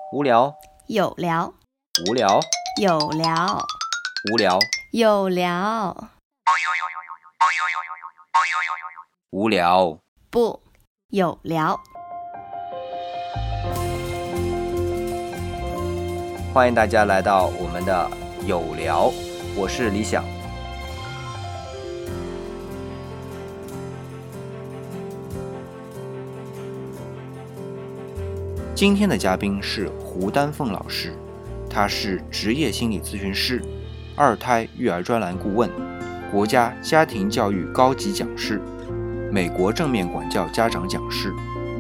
无聊， 有聊， 无聊， 有聊， 无聊， 有聊， 无聊， 不，有聊。 欢迎大家来到我们的有聊，我是李想。今天的嘉宾是胡丹凤老师，他是职业心理咨询师、二胎育儿专栏顾问、国家家庭教育高级讲师、美国正面管教家长讲师。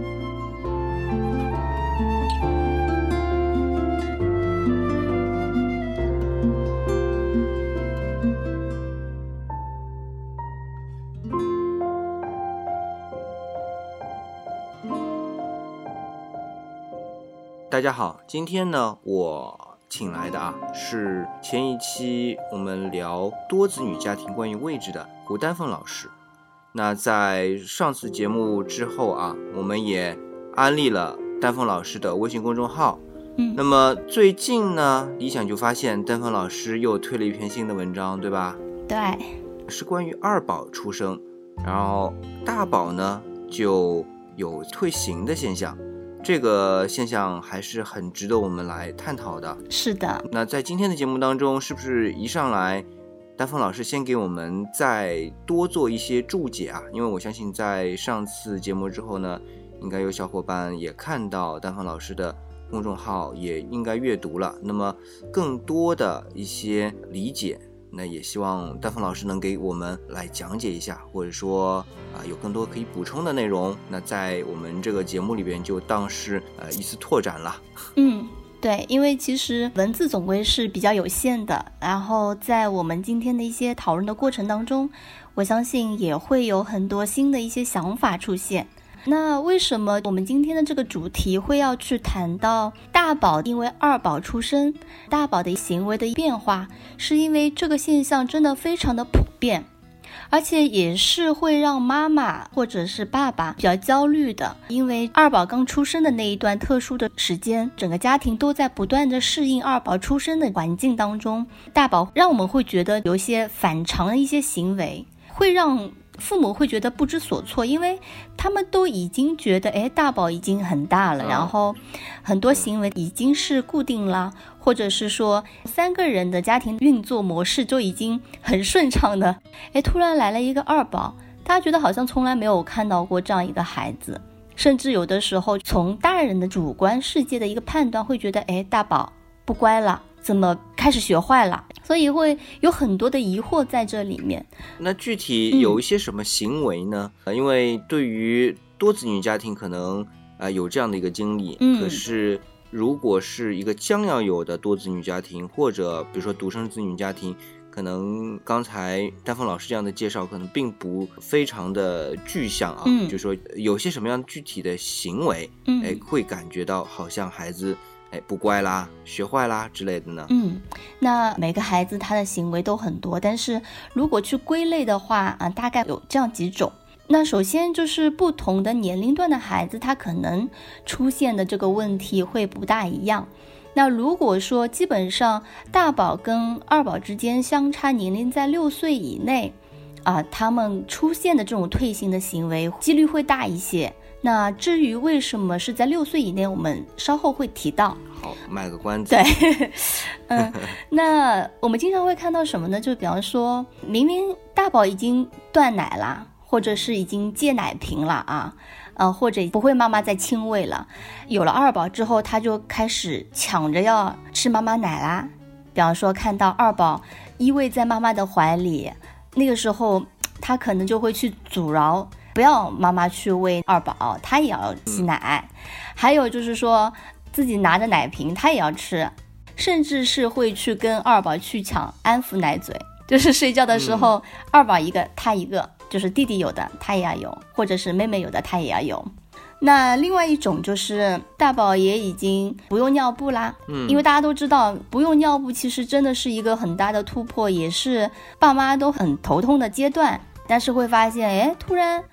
大家好，今天呢，我请来的是前一期我们聊多子女家庭关于位置的胡丹凤老师。那在上次节目之后我们也安利了丹凤老师的微信公众号。那么最近呢，理想就发现丹凤老师又推了一篇新的文章，对吧？ 对， 是关于二宝出生，然后大宝呢就有退行的现象。这个现象还是很值得我们来探讨的。 是的。 那在今天的节目当中，是不是一上来丹凤老师先给我们再多做一些注解因为我相信在上次节目之后呢，应该有小伙伴也看到丹凤老师的公众号，也应该阅读了，那么更多的一些理解，那也希望丹凤老师能给我们来讲解一下，或者说有更多可以补充的内容，那在我们这个节目里边就当是一次拓展了。 对，因为其实文字总归是比较有限的，然后在我们今天的一些讨论的过程当中，我相信也会有很多新的一些想法出现。那为什么我们今天的这个主题会要去谈到大宝因为二宝出生，大宝的行为的变化，是因为这个现象真的非常的普遍，而且也是会让妈妈或者是爸爸比较焦虑的。因为二宝刚出生的那一段特殊的时间，整个家庭都在不断的适应二宝出生的环境当中，大宝让我们会觉得有一些反常的一些行为，会让父母会觉得不知所措，因为他们都已经觉得大宝已经很大了，然后很多行为已经是固定了，或者是说三个人的家庭运作模式就已经很顺畅的，突然来了一个二宝，大家觉得好像从来没有看到过这样一个孩子，甚至有的时候从大人的主观世界的一个判断会觉得大宝不乖了，怎么开始学坏了，所以会有很多的疑惑在这里面。 那具体有一些什么行为呢？因为对于多子女家庭可能有这样的一个经历，可是如果是一个将要有的多子女家庭，或者比如说独生子女家庭，可能刚才丹凤老师这样的介绍可能并不非常的具象就是说有些什么样具体的行为会感觉到好像孩子不乖啦，学坏啦之类的呢？ 那每个孩子他的行为都很多，但是如果去归类的话大概有这样几种。那首先就是不同的年龄段的孩子，他可能出现的这个问题会不大一样。那如果说基本上大宝跟二宝之间相差年龄在6岁以内他们出现的这种退行的行为几率会大一些。那至于为什么是在6岁以内，我们稍后会提到。 好，卖个关子。 对那我们经常会看到什么呢？就比方说明明大宝已经断奶了，或者是已经戒奶瓶了或者不会妈妈再亲喂了，有了二宝之后他就开始抢着要吃妈妈奶啦。比方说看到二宝依偎在妈妈的怀里，那个时候他可能就会去阻挠，不要妈妈去喂二宝，他也要吸奶还有就是说自己拿着奶瓶他也要吃，甚至是会去跟二宝去抢安抚奶嘴，就是睡觉的时候二宝一个他一个，就是弟弟有的他也要有，或者是妹妹有的他也要有。那另外一种就是大宝也已经不用尿布啦，因为大家都知道不用尿布其实真的是一个很大的突破，也是爸妈都很头痛的阶段。但是会发现突然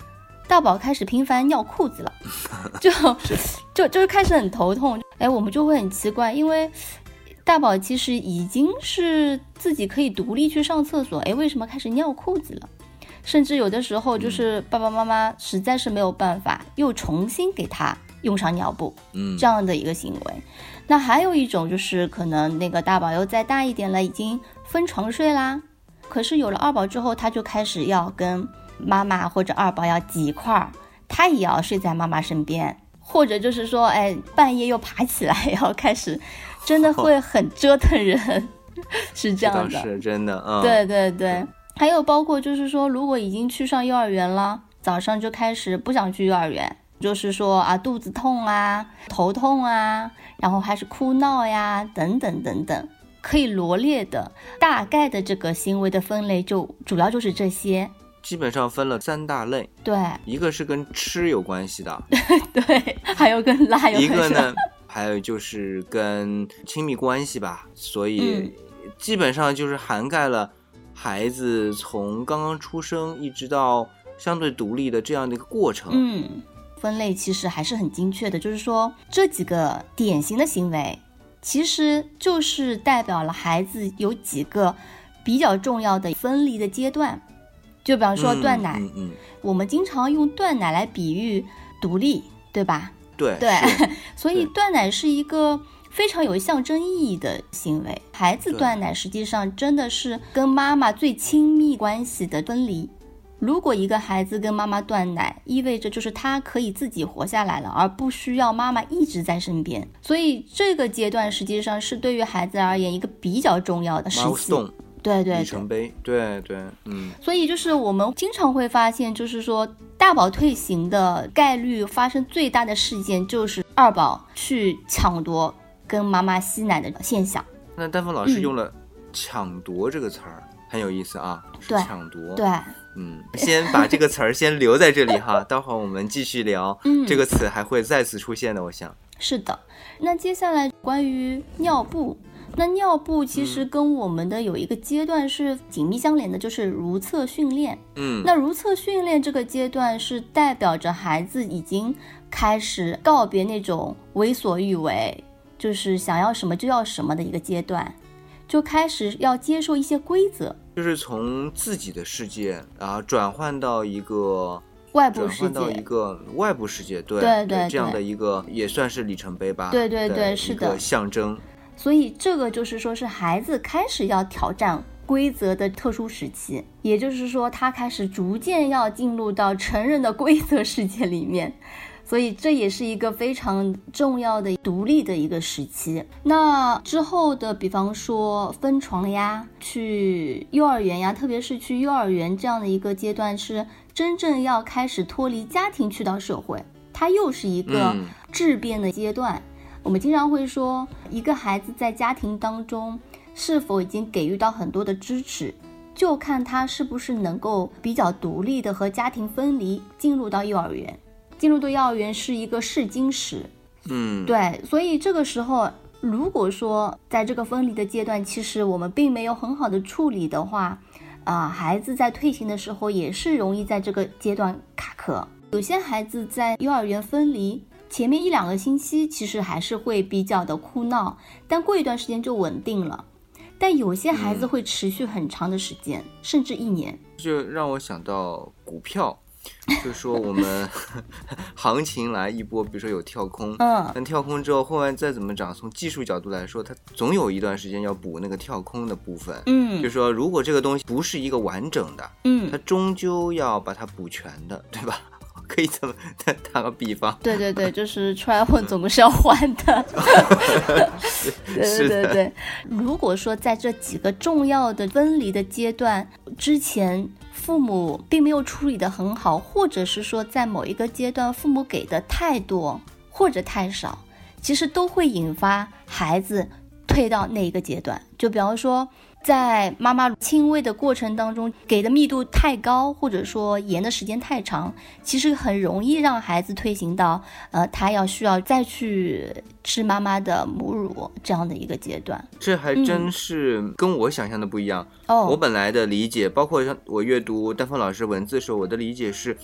大宝开始频繁尿裤子了，就是开始很头痛。我们就会很奇怪，因为大宝其实已经是自己可以独立去上厕所，为什么开始尿裤子了？甚至有的时候就是爸爸妈妈实在是没有办法，又重新给他用上尿布，这样的一个行为。那还有一种就是可能那个大宝又再大一点了，已经分床睡啦，可是有了二宝之后，他就开始要跟妈妈或者二宝要挤一块儿，他也要睡在妈妈身边，或者就是说半夜又爬起来要开始，真的会很折腾人是这样的， 是真的。 对对对。还有包括就是说，如果已经去上幼儿园了，早上就开始不想去幼儿园，就是说肚子痛啊，头痛啊，然后还是哭闹呀，等等等等，可以罗列的大概的这个行为的分类就主要就是这些， 基本上分了3大类。 对， 一个是跟吃有关系的， 对，还有跟拉有关系的， 一个呢还有就是跟亲密关系吧，所以基本上就是涵盖了孩子从刚刚出生一直到相对独立的这样的一个过程。 分类其实还是很精确的，就是说这几个典型的行为其实就是代表了孩子有几个比较重要的分离的阶段。就比方说断奶，我们经常用断奶来比喻独立，对吧？ 对， 所以断奶是一个非常有象征意义的行为。孩子断奶实际上真的是跟妈妈最亲密关系的分离。如果一个孩子跟妈妈断奶，意味着就是他可以自己活下来了，而不需要妈妈一直在身边。所以这个阶段实际上是对于孩子而言一个比较重要的时期。对对， 里程碑，对对， 所以就是我们经常会发现，就是说大宝退行的概率发生最大的事件就是二宝去抢夺跟妈妈吸奶的现象。 那丹凤老师用了抢夺这个词儿，很有意思啊，是抢夺。 对， 先把这个词儿先留在这里哈，待会儿我们继续聊，这个词还会再次出现的，我想。 是的。那接下来关于尿布，那尿布其实跟我们的有一个阶段是紧密相连的，就是如厕训练。那如厕训练这个阶段是代表着孩子已经开始告别那种为所欲为，就是想要什么就要什么的一个阶段，就开始要接受一些规则， 就是从自己的世界然后转换到一个外部世界， 对，这样的一个也算是里程碑吧。 对对对，是的， 一个象征。 所以这个就是说是孩子开始要挑战规则的特殊时期，也就是说他开始逐渐要进入到成人的规则世界里面，所以这也是一个非常重要的独立的一个时期。那之后的比方说分床呀，去幼儿园呀，特别是去幼儿园这样的一个阶段，是真正要开始脱离家庭去到社会，它又是一个质变的阶段。我们经常会说，一个孩子在家庭当中是否已经给予到很多的支持，就看他是不是能够比较独立的和家庭分离，进入到幼儿园。进入到幼儿园是一个试金石，对，所以这个时候如果说在这个分离的阶段，其实我们并没有很好的处理的话，孩子在退行的时候也是容易在这个阶段卡壳。有些孩子在幼儿园分离前面1-2个星期其实还是会比较的哭闹，但过一段时间就稳定了。但有些孩子会持续很长的时间，甚至1年。 就让我想到股票，就说我们行情来一波，比如说有跳空，但跳空之后后面再怎么涨，从技术角度来说，它总有一段时间要补那个跳空的部分。就说如果这个东西不是一个完整的，它终究要把它补全的，对吧？可以这么打个比方。 对对对，就是出来混总是要还的。对对对对，如果说在这几个重要的分离的阶段之前，父母并没有处理得很好，或者是说在某一个阶段父母给的太多或者太少，其实都会引发孩子退到那一个阶段。就比方说在妈妈亲喂的过程当中给的密度太高，或者说延的时间太长，其实很容易让孩子退行到他需要再去吃妈妈的母乳这样的一个阶段。 这还真是跟我想象的不一样。我本来的理解，包括我阅读丹凤老师文字的时候，我的理解是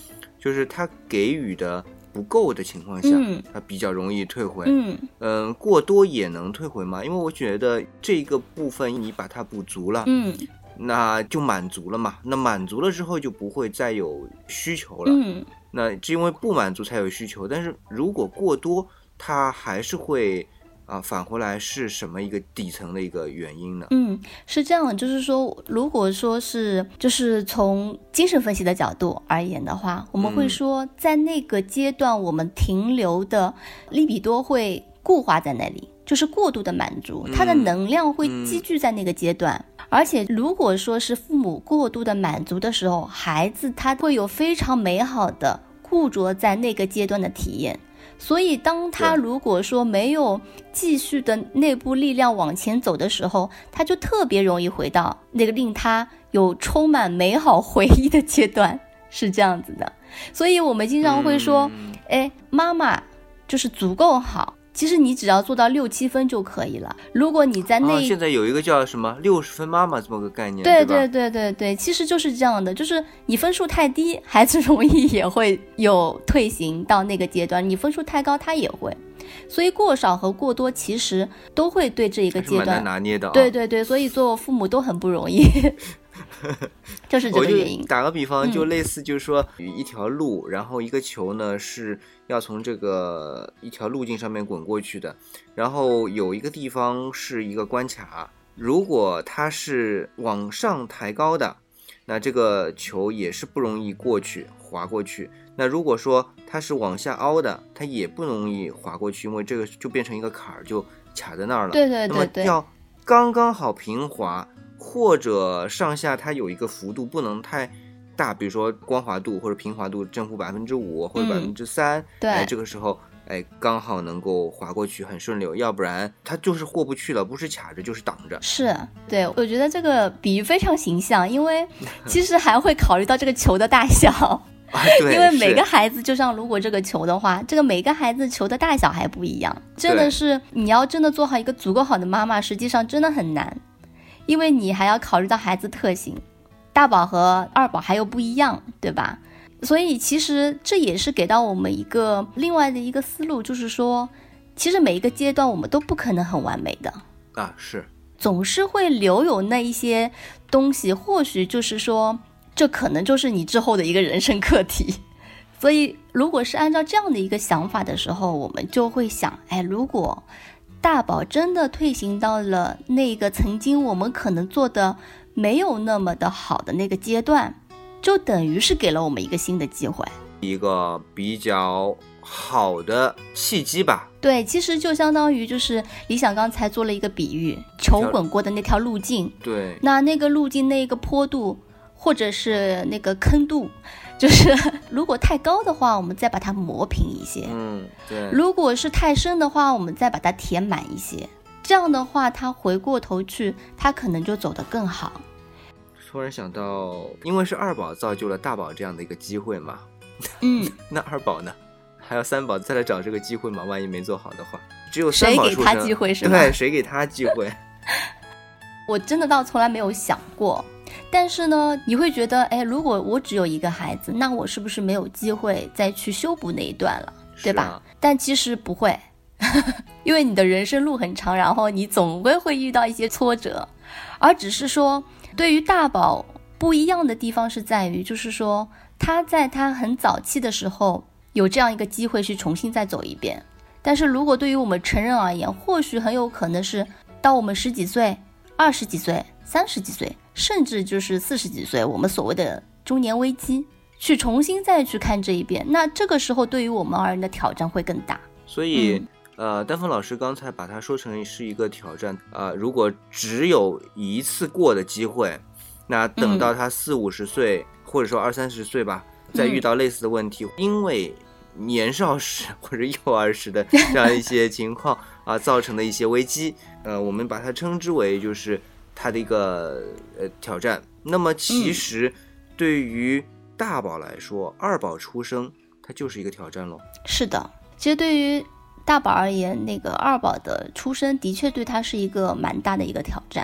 就是他给予的不够的情况下，他比较容易退回。过多也能退回吗？因为我觉得这个部分你把它补足了，那就满足了嘛。那满足了之后就不会再有需求了。那因为不满足才有需求，但是如果过多，它还是会返回来是什么一个底层的一个原因呢？ 是这样，就是说，如果说是就是从精神分析的角度而言的话，我们会说，在那个阶段我们停留的利比多会固化在那里，就是过度的满足，它的能量会积聚在那个阶段。而且如果说是父母过度的满足的时候，孩子他会有非常美好的固着在那个阶段的体验。所以当他如果说没有继续的内部力量往前走的时候，他就特别容易回到那个令他有充满美好回忆的阶段，是这样子的。所以我们经常会说，妈妈就是足够好，其实你只要做到6、7分就可以了。如果你在现在有一个叫什么60分妈妈这么个概念， 对，其实就是这样的，就是你分数太低，孩子容易也会有退行到那个阶段，你分数太高他也会。所以过少和过多其实都会对这一个阶段蛮难拿捏的。 对，所以做父母都很不容易。就是这个原因。 我就打个比方，就类似就是说一条路，然后一个球呢是要从这个一条路径上面滚过去的，然后有一个地方是一个关卡，如果它是往上抬高的，那这个球也是不容易过去滑过去。那如果说它是往下凹的，它也不容易滑过去，因为这个就变成一个坎儿，就卡在那儿了。 对， 那么要刚刚好平滑，或者上下它有一个幅度不能太大，比如说光滑度或者平滑度正负5%或者3%， 对， 这个时候刚好能够滑过去很顺溜，要不然它就是过不去了，不是卡着就是挡着。 是，对，我觉得这个比喻非常形象，因为其实还会考虑到这个球的大小。 对， 因为每个孩子，就像如果这个球的话，这个每个孩子球的大小还不一样，真的是你要真的做好一个足够好的妈妈，实际上真的很难，因为你还要考虑到孩子特性，大宝和二宝还有不一样，对吧？所以其实这也是给到我们一个另外的一个思路，就是说其实每一个阶段我们都不可能很完美的是总是会留有那一些东西，或许就是说这可能就是你之后的一个人生课题。所以如果是按照这样的一个想法的时候，我们就会想，如果大宝真的退行到了那个曾经我们可能做的没有那么的好的那个阶段，就等于是给了我们一个新的机会， 一个比较好的契机吧。 对，其实就相当于就是理想刚才做了一个比喻，球滚过的那条路径， 对， 那个路径那个坡度或者是那个坑度，就是如果太高的话，我们再把它磨平一些， 对。 如果是太深的话，我们再把它填满一些，这样的话他回过头去，他可能就走得更好。 突然想到，因为是二宝造就了大宝这样的一个机会嘛，那二宝呢？还要三宝再来找这个机会嘛？万一没做好的话，只有三宝出生， 谁给他机会是吧？ 对，谁给他机会？ 我真的倒从来没有想过。但是呢，你会觉得，如果我只有一个孩子，那我是不是没有机会再去修补那一段了，对吧？但其实不会，因为你的人生路很长，然后你总归会遇到一些挫折，而只是说，对于大宝不一样的地方是在于，就是说他在他很早期的时候有这样一个机会去重新再走一遍。但是如果对于我们成人而言，或许很有可能是到我们10几岁、20几岁、30几岁，甚至就是40几岁，我们所谓的中年危机，去重新再去看这一遍，那这个时候对于我们而言的挑战会更大。 所以丹凤老师刚才把它说成是一个挑战，如果只有一次过的机会，那等到他40、50岁，或者说20、30岁吧，再遇到类似的问题，因为年少时或者幼儿时的这样一些情况造成的一些危机，我们把它称之为就是它的一个挑战。那么其实对于大宝来说，二宝出生它就是一个挑战咯。 是的，其实对于大宝而言，那个二宝的出生的确对他是一个蛮大的一个挑战。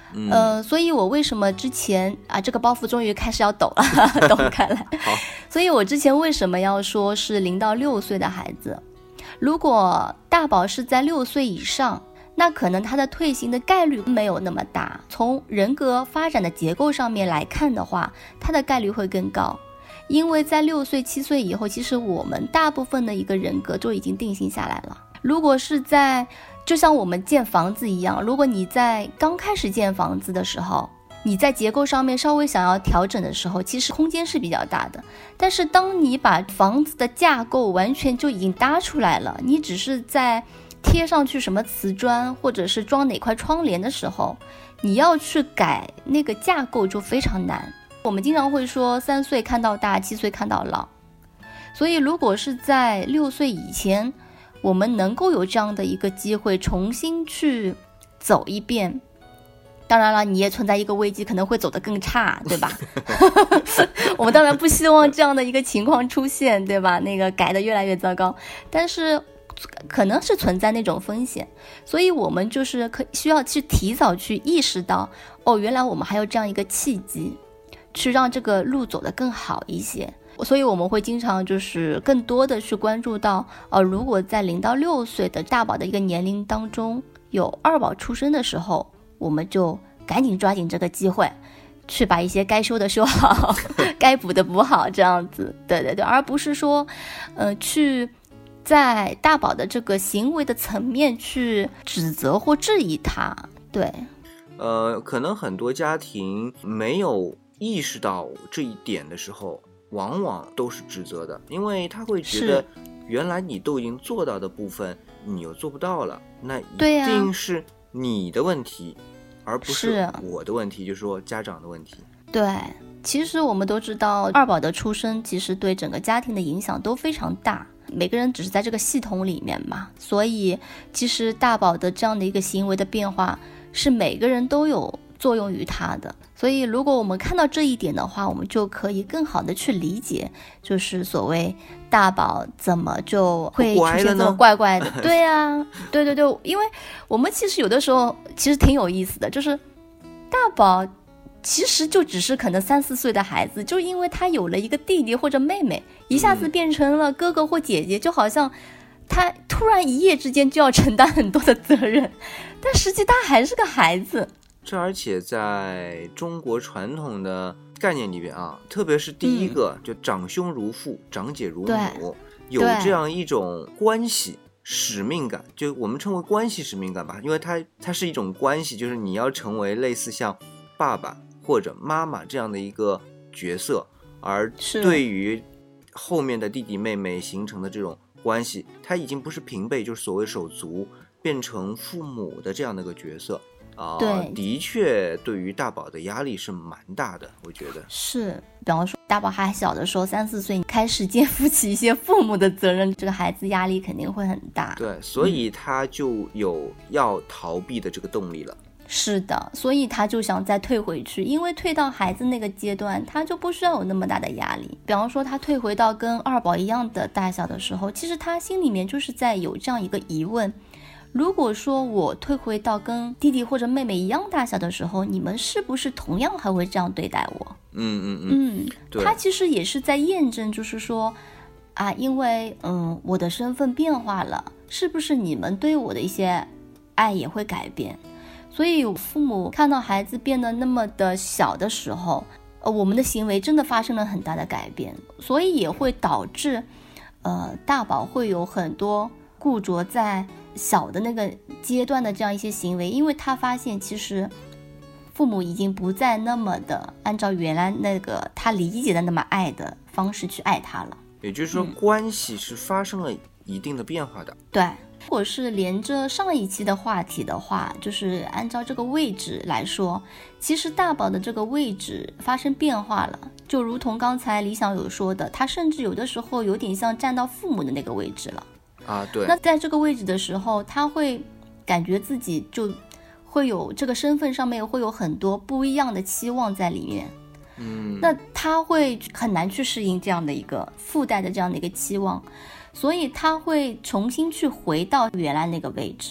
所以我为什么之前这个包袱终于开始要抖了抖开来。 好， 所以我之前为什么要说是0到6岁的孩子，如果大宝是在6岁以上，那可能他的退行的概率没有那么大，从人格发展的结构上面来看的话，他的概率会更高。因为在6岁7岁以后，其实我们大部分的一个人格就已经定型下来了。如果是就像我们建房子一样，如果你在刚开始建房子的时候，你在结构上面稍微想要调整的时候，其实空间是比较大的。但是当你把房子的架构完全就已经搭出来了，你只是在贴上去什么瓷砖或者是装哪块窗帘的时候，你要去改那个架构就非常难。我们经常会说3岁看到大，7岁看到老，所以如果是在6岁以前，我们能够有这样的一个机会重新去走一遍，当然了，你也存在一个危机，可能会走得更差，对吧？我们当然不希望这样的一个情况出现，对吧？那个改得越来越糟糕，但是可能是存在那种风险，所以我们就是需要去提早去意识到，原来我们还有这样一个契机，去让这个路走得更好一些。所以我们会经常就是更多的去关注到，如果在0到6岁的大宝的一个年龄当中有2宝出生的时候，我们就赶紧抓紧这个机会，去把一些该修的修好，该补的补好，这样子，对对对，而不是说，去在大宝的这个行为的层面去指责或质疑他，对， 可能很多家庭没有意识到这一点的时候，往往都是指责的，因为他会觉得原来你都已经做到的部分你又做不到了，那一定是你的问题，而不是我的问题，就是说家长的问题。 对，其实我们都知道2宝的出生其实对整个家庭的影响都非常大，每个人只是在这个系统里面嘛，所以其实大宝的这样的一个行为的变化是每个人都有作用于他的。所以如果我们看到这一点的话，我们就可以更好的去理解，就是所谓大宝怎么就会出现这么怪怪的。对啊，对对对，因为我们其实有的时候其实挺有意思的，就是大宝其实就只是可能3、4岁的孩子，就因为他有了一个弟弟或者妹妹，一下子变成了哥哥或姐姐，就好像他突然一夜之间就要承担很多的责任，但实际他还是个孩子。 这而且在中国传统的概念里边啊，特别是第一个，就长兄如父，长姐如母，有这样一种关系使命感，就我们称为关系使命感吧，因为它是一种关系，就是你要成为类似像爸爸或者妈妈这样的一个角色，而对于后面的弟弟妹妹形成的这种关系，它已经不是平辈，就是所谓手足，变成父母的这样的一个角色。 对， 的确对于大宝的压力是蛮大的，我觉得是。比方说大宝还小的时候3、4岁开始肩负起一些父母的责任，这个孩子压力肯定会很大。 对，所以他就有要逃避的这个动力了。 是的，所以他就想再退回去，因为退到孩子那个阶段，他就不需要有那么大的压力。比方说他退回到跟2宝一样的大小的时候，其实他心里面就是在有这样一个疑问，如果说我退回到跟弟弟或者妹妹一样大小的时候，你们是不是同样还会这样对待我？ 对， 他其实也是在验证，就是说因为我的身份变化了，是不是你们对我的一些爱也会改变？所以父母看到孩子变得那么的小的时候，我们的行为真的发生了很大的改变，所以也会导致大宝会有很多固着在小的那个阶段的这样一些行为，因为他发现其实父母已经不再那么的按照原来那个他理解的那么爱的方式去爱他了。 也就是说，关系是发生了一定的变化的。 对，如果是连着上一期的话题的话，就是按照这个位置来说，其实大宝的这个位置发生变化了，就如同刚才李想有说的，他甚至有的时候有点像站到父母的那个位置了。 对。 那在这个位置的时候，他会感觉自己就会有这个身份上面会有很多不一样的期望在里面。那他会很难去适应这样的一个附带的这样的一个期望，所以他会重新去回到原来那个位置。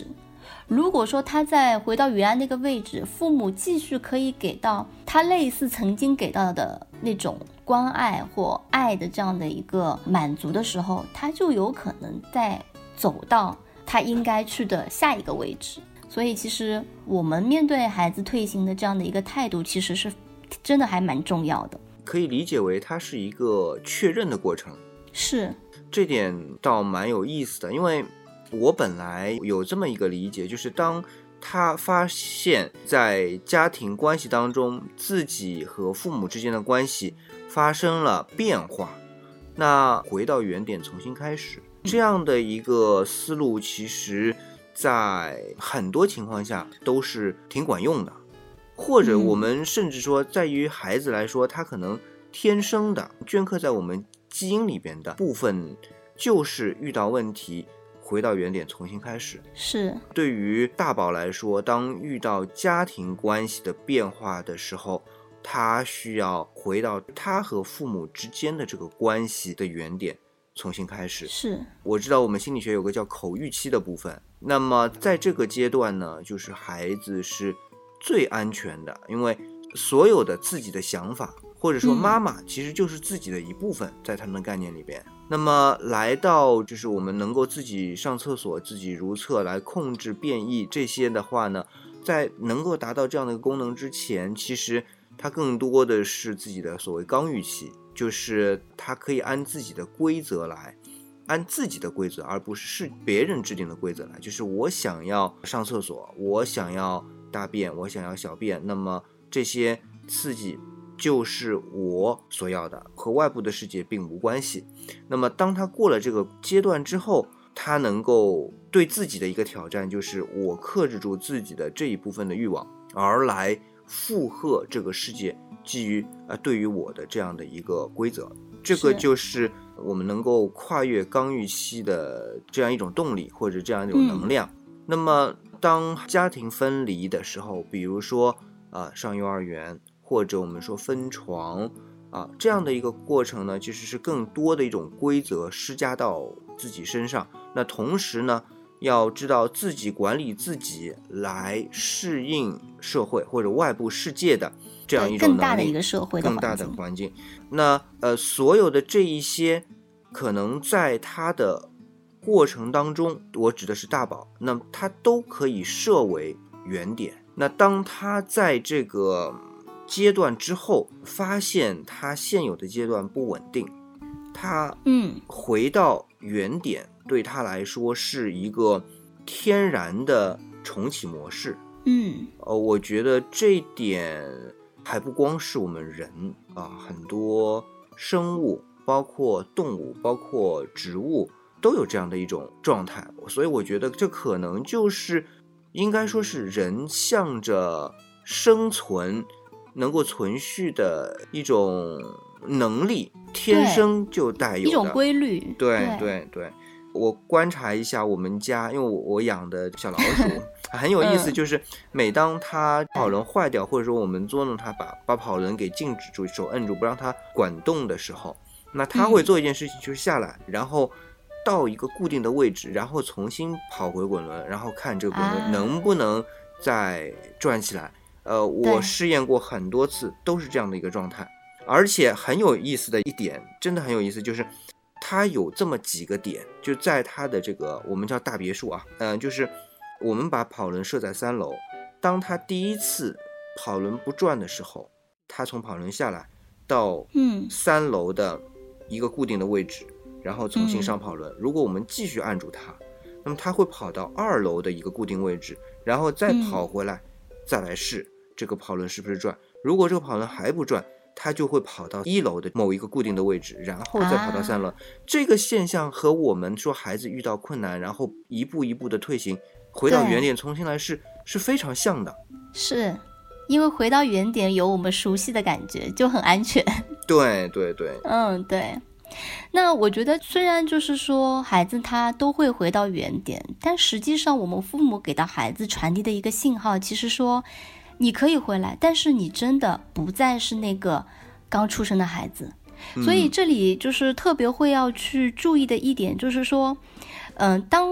如果说他再回到原来那个位置，父母继续可以给到他类似曾经给到的那种关爱或爱的这样的一个满足的时候，他就有可能再走到他应该去的下一个位置。所以其实我们面对孩子退行的这样的一个态度，其实是真的还蛮重要的， 可以理解为它是一个确认的过程。 是， 这点倒蛮有意思的，因为我本来有这么一个理解，就是当他发现在家庭关系当中自己和父母之间的关系发生了变化，那回到原点重新开始，这样的一个思路其实在很多情况下都是挺管用的。或者我们甚至说，在于孩子来说，他可能天生的镌刻在我们基因里边的部分，就是遇到问题回到原点重新开始。 是， 对于大宝来说，当遇到家庭关系的变化的时候，他需要回到他和父母之间的这个关系的原点重新开始。 是， 我知道我们心理学有个叫口欲期的部分，那么在这个阶段呢，就是孩子是最安全的，因为所有的自己的想法，或者说妈妈其实就是自己的一部分，在他们的概念里边。那么来到就是我们能够自己上厕所、自己如厕来控制便意这些的话呢，在能够达到这样的一个功能之前，其实它更多的是自己的所谓刚预期，就是它可以按自己的规则来，按自己的规则，而不是别人制定的规则来。就是我想要上厕所，我想要大便，我想要小便，那么这些刺激就是我所要的，和外部的世界并无关系。那么当他过了这个阶段之后，他能够对自己的一个挑战，就是我克制住自己的这一部分的欲望，而来附和这个世界基于对于我的这样的一个规则。这个就是我们能够跨越刚预期的这样一种动力，或者这样一种能量。那么当家庭分离的时候，比如说上幼儿园，或者我们说分床这样的一个过程呢，其实是更多的一种规则施加到自己身上。那同时呢，要知道自己管理自己来适应社会或者外部世界的这样一种能力， 更大的一个社会的更大的环境。那所有的这一些可能在他的过程当中，我指的是大宝，那他都可以设为原点。那当他在这个阶段之后发现他现有的阶段不稳定，他回到原点对他来说是一个天然的重启模式。我觉得这一点还不光是我们人很多生物，包括动物，包括植物都有这样的一种状态。所以我觉得这可能就是应该说是人向着生存能够存续的一种能力，天生就带有的一种规律。 对，我观察一下我们家，因为我养的小老鼠很有意思，就是每当它跑轮坏掉，或者说我们捉弄它把跑轮给静止住，手摁住不让它管动的时候，那它会做一件事情，就是下来然后到一个固定的位置，然后重新跑回滚轮，然后看这个滚轮能不能再转起来。我试验过很多次，都是这样的一个状态。而且很有意思的一点，真的很有意思，就是它有这么几个点，就在它的这个我们叫大别墅就是我们把跑轮设在3楼，当它第一次跑轮不转的时候，它从跑轮下来到3楼的一个固定的位置，然后重新上跑轮。如果我们继续按住它，那么它会跑到2楼的一个固定位置，然后再跑回来，再来试这个跑轮是不是转。如果这个跑轮还不转，它就会跑到1楼的某一个固定的位置，然后再跑到3楼。这个现象和我们说孩子遇到困难，然后一步一步的退行，回到原点重新来是非常像的。 是因为回到原点有我们熟悉的感觉，就很安全。 对， 对。那我觉得虽然就是说孩子他都会回到原点，但实际上我们父母给到孩子传递的一个信号，其实说你可以回来，但是你真的不再是那个刚出生的孩子。所以这里就是特别会要去注意的一点，就是说当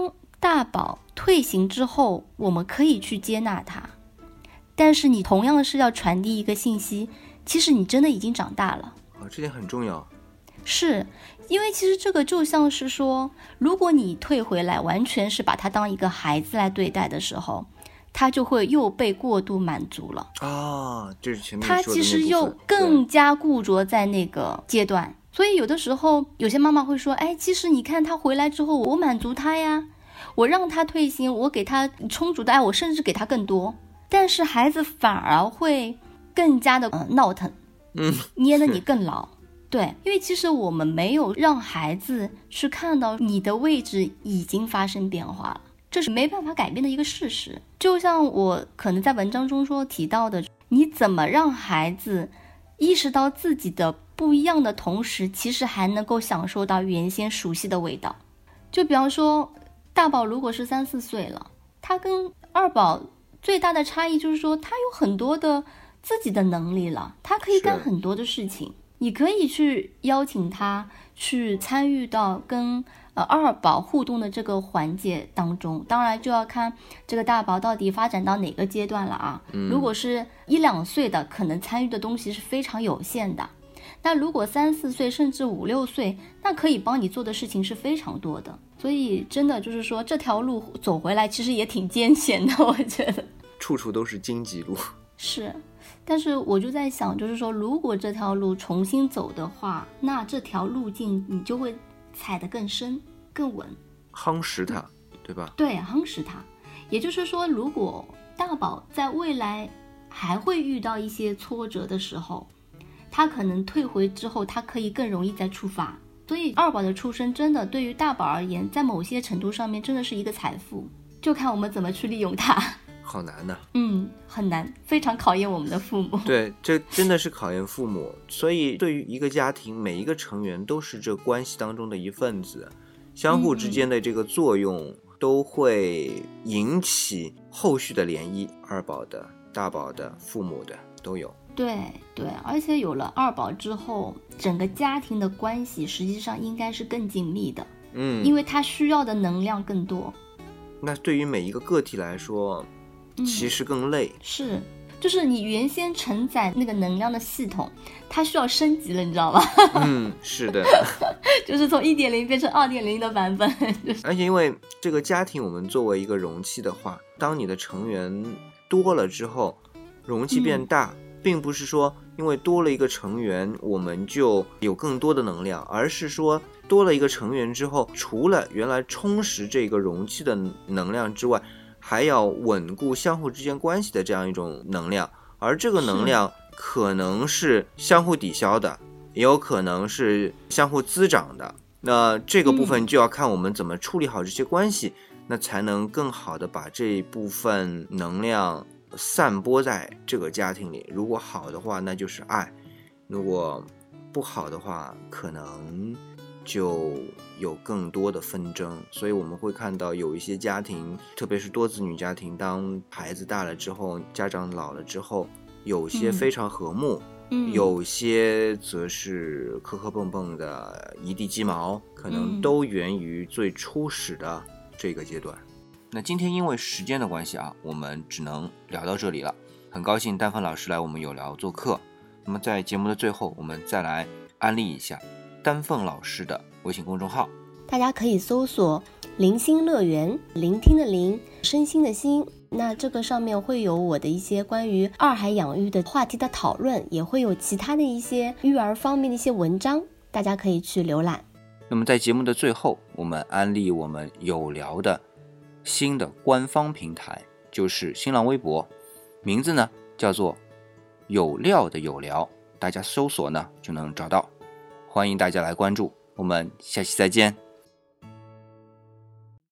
大宝退行之后，我们可以去接纳他，但是你同样是要传递一个信息，其实你真的已经长大了。 这点很重要。 是因为其实这个就像是说，如果你退回来完全是把他当一个孩子来对待的时候，他就会又被过度满足了这是前面他说的那部分。 其实又更加固着在那个阶段。所以有的时候有些妈妈会说，其实你看他回来之后，我满足他呀，我让他退行，我给他充足的爱，我甚至给他更多，但是孩子反而会更加的闹腾，捏得你更牢。对，因为其实我们没有让孩子去看到你的位置已经发生变化了，这是没办法改变的一个事实。就像我可能在文章中提到的，你怎么让孩子意识到自己的不一样的同时，其实还能够享受到原先熟悉的味道。就比方说大宝如果是3、4岁了，他跟二宝最大的差异就是说，他有很多的自己的能力了，他可以干很多的事情。你可以去邀请他去参与到跟二宝互动的这个环节当中，当然就要看这个大宝到底发展到哪个阶段了啊。如果是1、2岁的，可能参与的东西是非常有限的。那如果3、4岁甚至5、6岁，那可以帮你做的事情是非常多的。所以真的就是说，这条路走回来其实也挺艰险的，我觉得处处都是荆棘路。 是，但是我就在想，就是说如果这条路重新走的话，那这条路径你就会踩得更深更稳， 夯实它，对吧？ 对，夯实它。也就是说，如果大宝在未来还会遇到一些挫折的时候，他可能退回之后，他可以更容易再出发。所以二宝的出生真的对于大宝而言，在某些程度上面真的是一个财富，就看我们怎么去利用它。 好难呢。 很难，非常考验我们的父母。 对，这真的是考验父母。所以对于一个家庭，每一个成员都是这关系当中的一份子，相互之间的这个作用都会引起后续的涟漪，二宝的、大宝的、父母的都有。 对，而且有了二宝之后，整个家庭的关系实际上应该是更紧密的，因为他需要的能量更多。 那对于每一个个体来说，其实更累。 是，就是你原先承载那个能量的系统，它需要升级了，你知道吗？ 是的， 就是从 1.0 变成 2.0 的版本。 而且因为这个家庭，我们作为一个容器的话，当你的成员多了之后，容器变大，并不是说因为多了一个成员我们就有更多的能量，而是说多了一个成员之后，除了原来充实这个容器的能量之外，还要稳固相互之间关系的这样一种能量，而这个能量可能是相互抵消的，也有可能是相互滋长的。那这个部分就要看我们怎么处理好这些关系，那才能更好的把这一部分能量散播在这个家庭里。如果好的话，那就是爱；如果不好的话，可能就有更多的纷争。所以我们会看到有一些家庭，特别是多子女家庭，当孩子大了之后，家长老了之后，有些非常和睦，有些则是磕磕碰碰的一地鸡毛，可能都源于最初始的这个阶段。那今天因为时间的关系啊，我们只能聊到这里了。很高兴丹凤老师来我们有聊做客。那么在节目的最后，我们再来安利一下丹凤老师的微信公众号， 大家可以搜索聆心乐园，聆听的聆，身心的心。那这个上面会有我的一些关于二孩养育的话题的讨论，也会有其他的一些育儿方面的一些文章，大家可以去浏览。 那么在节目的最后，我们安利我们有聊的新的官方平台，就是新浪微博，名字呢叫做有料的有聊，大家搜索呢就能找到，欢迎大家来关注，我们下期再见。